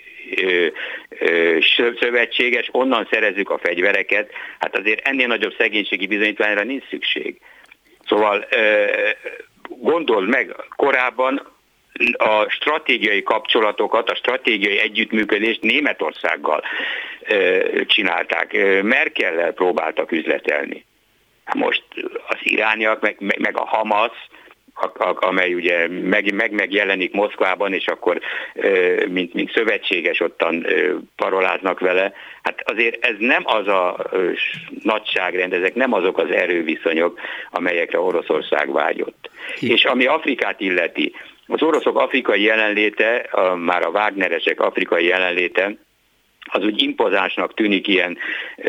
szövetséges, onnan szerezzük a fegyvereket, hát azért ennél nagyobb szegénységi bizonyítványra nincs szükség. Szóval gondold meg, korábban a stratégiai kapcsolatokat, a stratégiai együttműködést Németországgal csinálták, Merkellel próbáltak üzletelni. Most az irániak, meg a Hamas, amely ugye megjelenik Moszkvában, és akkor mint szövetséges ottan paroláznak vele. Hát azért ez nem az a nagyságrend, ezek nem azok az erőviszonyok, amelyekre Oroszország vágyott. És ami Afrikát illeti, az oroszok afrikai jelenléte, már a Wagneresek afrikai jelenléte, az úgy impozánsnak tűnik ilyen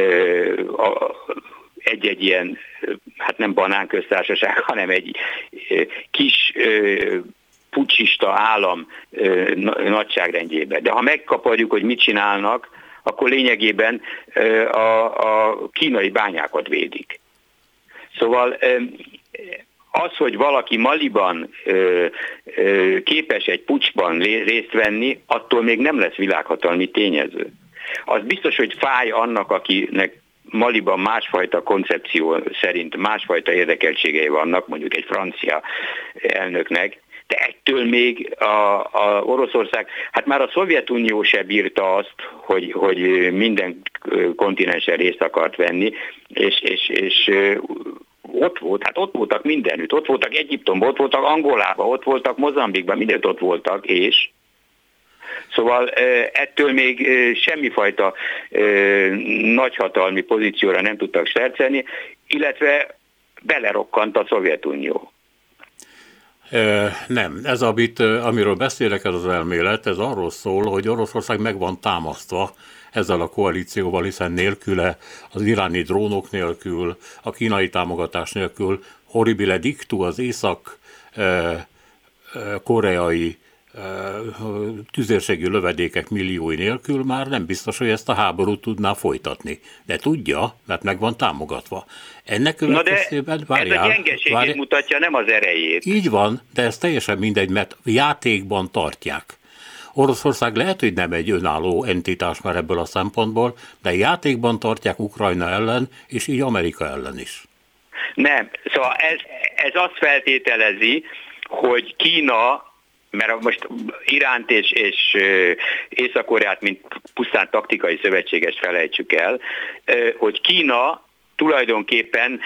egy ilyen, hát nem banánköztársaság, hanem egy kis pucsista állam nagyságrendjében. De ha megkaparjuk, hogy mit csinálnak, akkor lényegében a kínai bányákat védik. Szóval az, hogy valaki Maliban képes egy puccsban részt venni, attól még nem lesz világhatalmi tényező. Az biztos, hogy fáj annak, akinek Maliban másfajta koncepció szerint másfajta érdekeltségei vannak, mondjuk egy francia elnöknek, de ettől még a Oroszország, hát már a Szovjetunió se bírta azt, hogy minden kontinensen részt akart venni, és ott volt, hát ott voltak mindenütt, ott voltak Egyiptomban, ott voltak Angolában, ott voltak Mozambikban, mindent ott voltak, és szóval ettől még semmifajta nagyhatalmi pozícióra nem tudtak szercelni, illetve belerokkant a Szovjetunió. Nem, ez amiről beszélek, ez az elmélet, ez arról szól, hogy Oroszország meg van támasztva ezzel a koalícióval, hiszen nélküle, az iráni drónok nélkül, a kínai támogatás nélkül, horribile dictu, az észak-koreai tüzérségi lövedékek milliói nélkül már nem biztos, hogy ezt a háborút tudná folytatni. De tudja, mert meg van támogatva. Ennek következtében, ez a gyengeségét mutatja, nem az erejét. Így van, de ez teljesen mindegy, mert játékban tartják. Oroszország lehet, hogy nem egy önálló entitás már ebből a szempontból, de játékban tartják Ukrajna ellen, és így Amerika ellen is. Nem, szóval ez azt feltételezi, hogy Kína, mert most Iránt és Észak-Koreát, mint pusztán taktikai szövetséges felejtsük el, hogy Kína tulajdonképpen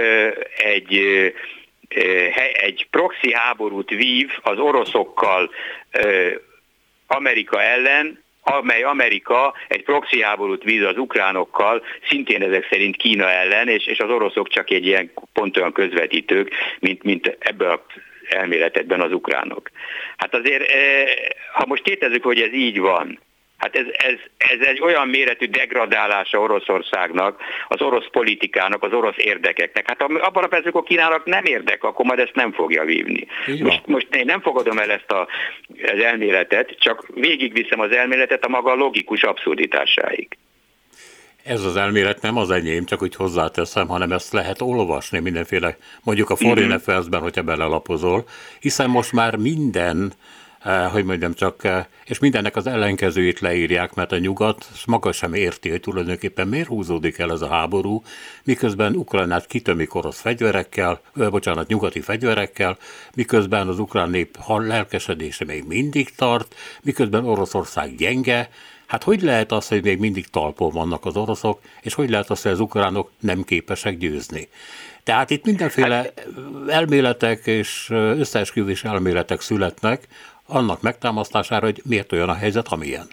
egy proxy háborút vív az oroszokkal Amerika ellen, amely Amerika egy proxy háborút víz az ukránokkal, szintén ezek szerint Kína ellen, és az oroszok csak egy ilyen pont olyan közvetítők, mint ebben az elméletedben az ukránok. Hát azért, ha most tétezzük, hogy ez így van, hát ez egy olyan méretű degradálása Oroszországnak, az orosz politikának, az orosz érdekeknek. Hát abban a percben, akkor Kínának nem érdek, akkor majd ezt nem fogja vívni. Most én nem fogadom el ezt az elméletet, csak végigviszem az elméletet a maga logikus abszurditásáig. Ez az elmélet nem az enyém, csak úgy hozzáteszem, hanem ezt lehet olvasni mindenféle, mondjuk a Foreign Affairs-ben, hogyha belelapozol, hiszen most már minden, hogy mondjam csak, és mindennek az ellenkezőjét leírják, mert a nyugat maga sem érti, hogy tulajdonképpen miért húzódik el ez a háború, miközben Ukrajnát kitömik orosz fegyverekkel, nyugati fegyverekkel, miközben az ukrán nép lelkesedése még mindig tart, miközben Oroszország gyenge. Hát hogy lehet az, hogy még mindig talpon vannak az oroszok, és hogy lehet az, hogy az ukránok nem képesek győzni? Tehát itt mindenféle elméletek és összeesküvés elméletek születnek annak megtámasztására, hogy miért olyan a helyzet, amilyen.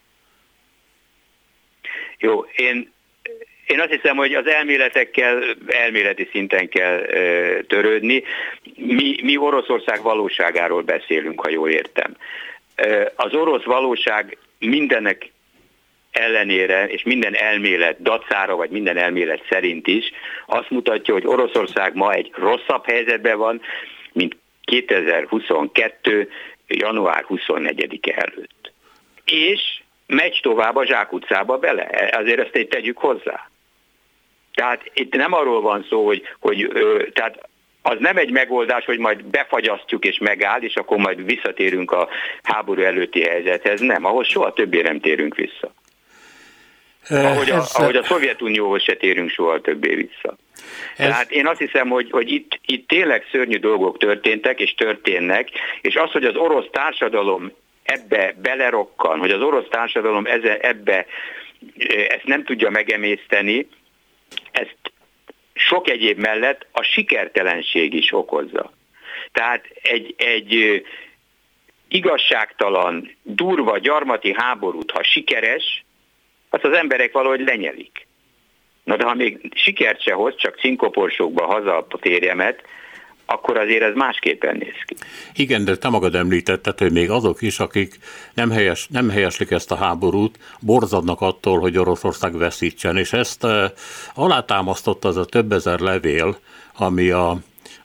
Jó, én azt hiszem, hogy az elméletekkel elméleti szinten kell törődni. Mi Oroszország valóságáról beszélünk, ha jól értem. Az orosz valóság mindennek ellenére, és minden elmélet dacára, vagy minden elmélet szerint is azt mutatja, hogy Oroszország ma egy rosszabb helyzetben van, mint 2022. január 24-e előtt. És megy tovább a zsákutcába bele. Azért ezt tegyük hozzá. Tehát itt nem arról van szó, hogy tehát az nem egy megoldás, hogy majd befagyasztjuk és megáll, és akkor majd visszatérünk a háború előtti helyzethez. Nem, ahhoz soha többé nem térünk vissza. Ahogy a Szovjetunióhoz se térünk soha többé vissza. Tehát én azt hiszem, hogy itt tényleg szörnyű dolgok történtek és történnek, és az, hogy az orosz társadalom ebbe belerokkan, hogy az orosz társadalom ezt nem tudja megemészteni, ezt sok egyéb mellett a sikertelenség is okozza. Tehát egy igazságtalan, durva, gyarmati háborút, ha sikeres, azt az emberek valahogy lenyelik. Na de ha még sikert se hoz, csak cinkoporsókba haza a férjemet, akkor azért ez másképpen néz ki. Igen, de te magad említetted, hogy még azok is, akik nem helyeslik ezt a háborút, borzadnak attól, hogy Oroszország veszítsen, és ezt alátámasztotta az a több ezer levél, ami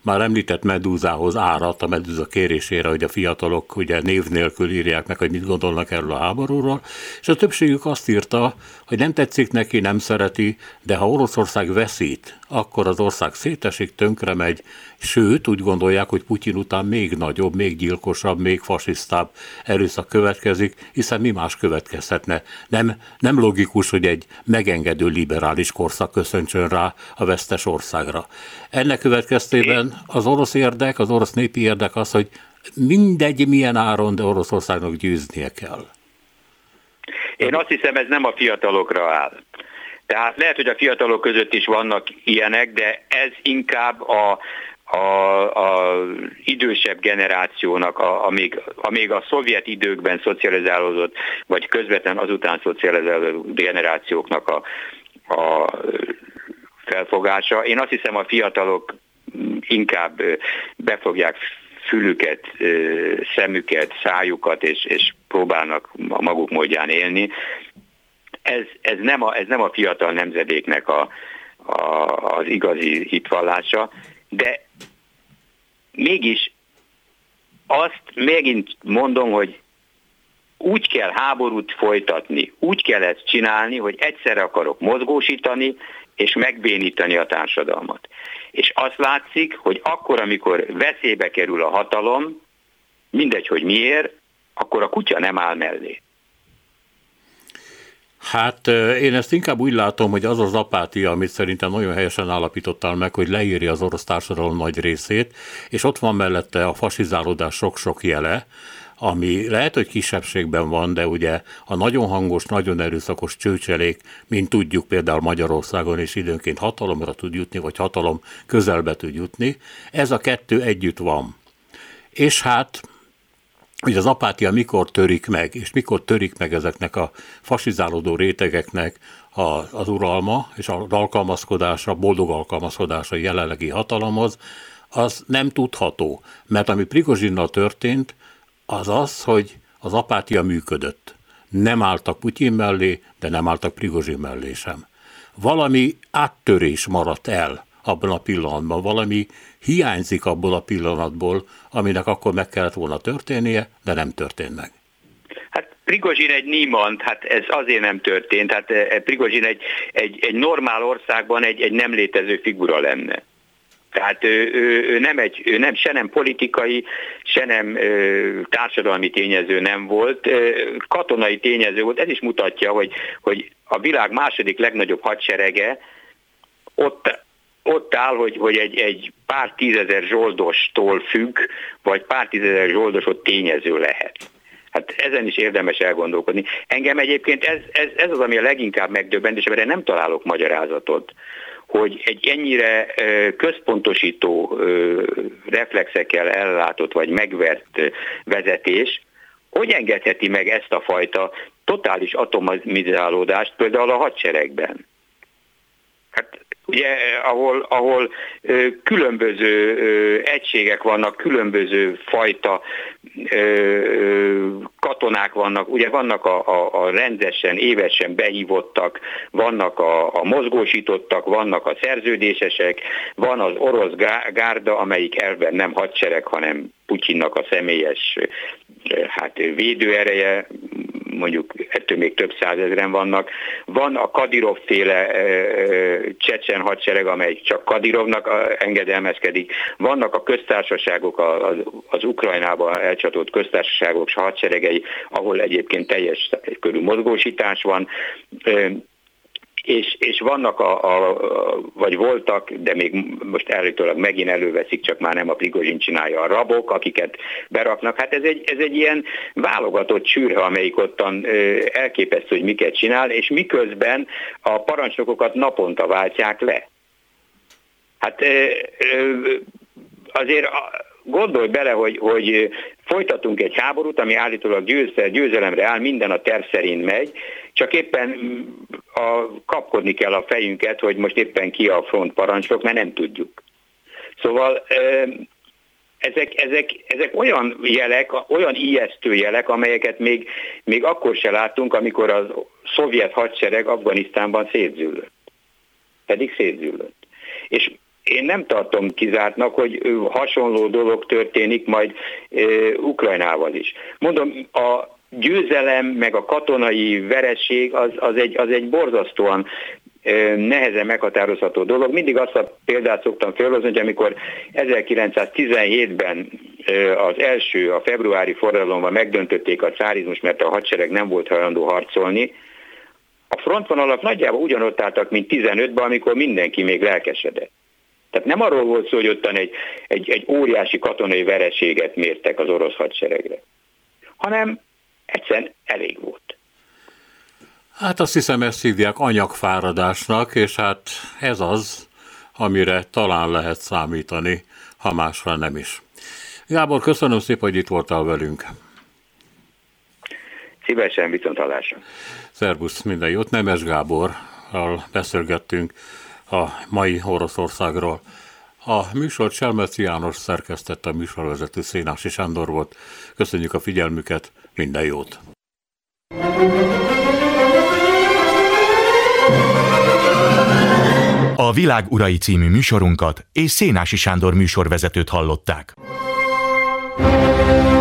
már említett medúzához árat a medúza kérésére, hogy a fiatalok ugye név nélkül írják meg, hogy mit gondolnak erről a háborúról, és a többségük azt írta, hogy nem tetszik neki, nem szereti, de ha Oroszország veszít, akkor az ország szétesik, tönkre megy, sőt, úgy gondolják, hogy Putyin után még nagyobb, még gyilkosabb, még fasisztább erőszak következik, hiszen mi más következhetne. Nem logikus, hogy egy megengedő liberális korszak köszöntsön rá a vesztes országra. Ennek következtében az orosz érdek, az orosz népi érdek az, hogy mindegy milyen áron, de Oroszországnak győznie kell. Én azt hiszem, ez nem a fiatalokra áll. Tehát lehet, hogy a fiatalok között is vannak ilyenek, de ez inkább az idősebb generációnak, amíg a szovjet időkben szocializálódott, vagy közvetlen azután szocializálódott generációknak a felfogása. Én azt hiszem, a fiatalok inkább befogják fülüket, szemüket, szájukat, és próbálnak a maguk módján élni. Ez nem a fiatal nemzedéknek az igazi hitvallása, de mégis azt megint mondom, hogy úgy kell háborút folytatni, úgy kell ezt csinálni, hogy egyszerre akarok mozgósítani és megbénítani a társadalmat. És azt látszik, hogy akkor, amikor veszélybe kerül a hatalom, mindegy, hogy miért, akkor a kutya nem áll mellé. Hát én ezt inkább úgy látom, hogy az az apátia, amit szerintem nagyon helyesen állapítottál meg, hogy leírja az orosz társadalom nagy részét, és ott van mellette a fasizálódás sok-sok jele, ami lehet, hogy kisebbségben van, de ugye a nagyon hangos, nagyon erőszakos csőcselék, mint tudjuk például Magyarországon is időnként hatalomra tud jutni, vagy hatalom közelbe tud jutni, ez a kettő együtt van. És hát hogy az apátia mikor törik meg, és mikor törik meg ezeknek a fasizálódó rétegeknek az uralma és az alkalmazkodása, boldog alkalmazkodása a jelenlegi hatalomhoz, az nem tudható. Mert ami Prigozsinnal történt, az az, hogy az apátia működött. Nem álltak Putyin mellé, de nem álltak Prigozsin mellé sem. Valami áttörés maradt el abban a pillanatban, valami hiányzik abból a pillanatból, aminek akkor meg kellett volna történnie, de nem történt meg. Hát Prigozsin egy Niemand, hát ez azért nem történt, hát Prigozsin egy normál országban egy nem létező figura lenne. Tehát ő nem se nem politikai, se nem társadalmi tényező nem volt, katonai tényező volt. Ez is mutatja, hogy a világ második legnagyobb hadserege ott áll, hogy egy pár tízezer zsoldostól függ, vagy pár tízezer zsoldos ott tényező lehet. Hát ezen is érdemes elgondolkodni. Engem egyébként ez az, ami a leginkább megdöbbent, és erre nem találok magyarázatot, hogy egy ennyire központosító reflexekkel ellátott vagy megvert vezetés hogy engedheti meg ezt a fajta totális atomizálódást például a hadseregben. Hát ugye, ahol különböző egységek vannak, különböző fajta katonák vannak, ugye vannak a rendesen, évesen behívottak, vannak a mozgósítottak, vannak a szerződésesek, van az orosz gárda, amelyik elven nem hadsereg, hanem Putyinnak a személyes védőereje, mondjuk ettől még több százezren vannak. Van a Kadirov-féle csecsen hadsereg, amely csak Kadirovnak engedelmezkedik. Vannak a köztársaságok, az Ukrajnában elcsatolt köztársaságok hadseregei, ahol egyébként teljes körű mozgósítás van. És vannak, vagy voltak, de még most állítólag megint előveszik, csak már nem a Prigozsin csinálja, a rabok, akiket beraknak. Hát ez egy ilyen válogatott csürhe, amelyik ottan elképesztő, hogy miket csinál, és miközben a parancsnokokat naponta váltják le. Hát azért gondolj bele, hogy folytatunk egy háborút, ami állítólag győzelemre áll, minden a terv szerint megy, csak éppen kapkodni kell a fejünket, hogy most éppen ki a front parancsnok, mert nem tudjuk. Szóval ezek olyan jelek, olyan ijesztő jelek, amelyeket még akkor se láttunk, amikor a szovjet hadsereg Afganisztánban szétzüllött. Pedig szétzüllött. És én nem tartom kizártnak, hogy hasonló dolog történik majd Ukrajnával is. Mondom, a győzelem, meg a katonai vereség az egy borzasztóan nehezen meghatározható dolog. Mindig azt a példát szoktam felhozni, hogy amikor 1917-ben az első, a februári forradalomban megdöntötték a cárizmus, mert a hadsereg nem volt hajlandó harcolni, a frontvonalak nagyjából ugyanott álltak, mint 15-ben, amikor mindenki még lelkesedett. Tehát nem arról volt szó, hogy ottan egy óriási katonai vereséget mértek az orosz hadseregre, hanem egyszerűen elég volt. Hát azt hiszem, ezt hívják anyagfáradásnak, és hát ez az, amire talán lehet számítani, ha másra nem is. Gábor, köszönöm szépen, hogy itt voltál velünk. Szívesen, viszonthallásra. Szervusz, minden jót. Nemes Gáborral beszélgettünk a mai Oroszországról. A műsort Selmeci János szerkesztette, a műsorvezető Szénási Sándor volt. Köszönjük a figyelmüket, minden jót! A Világ urai című műsorunkat és Szénási Sándor műsorvezetőt hallották.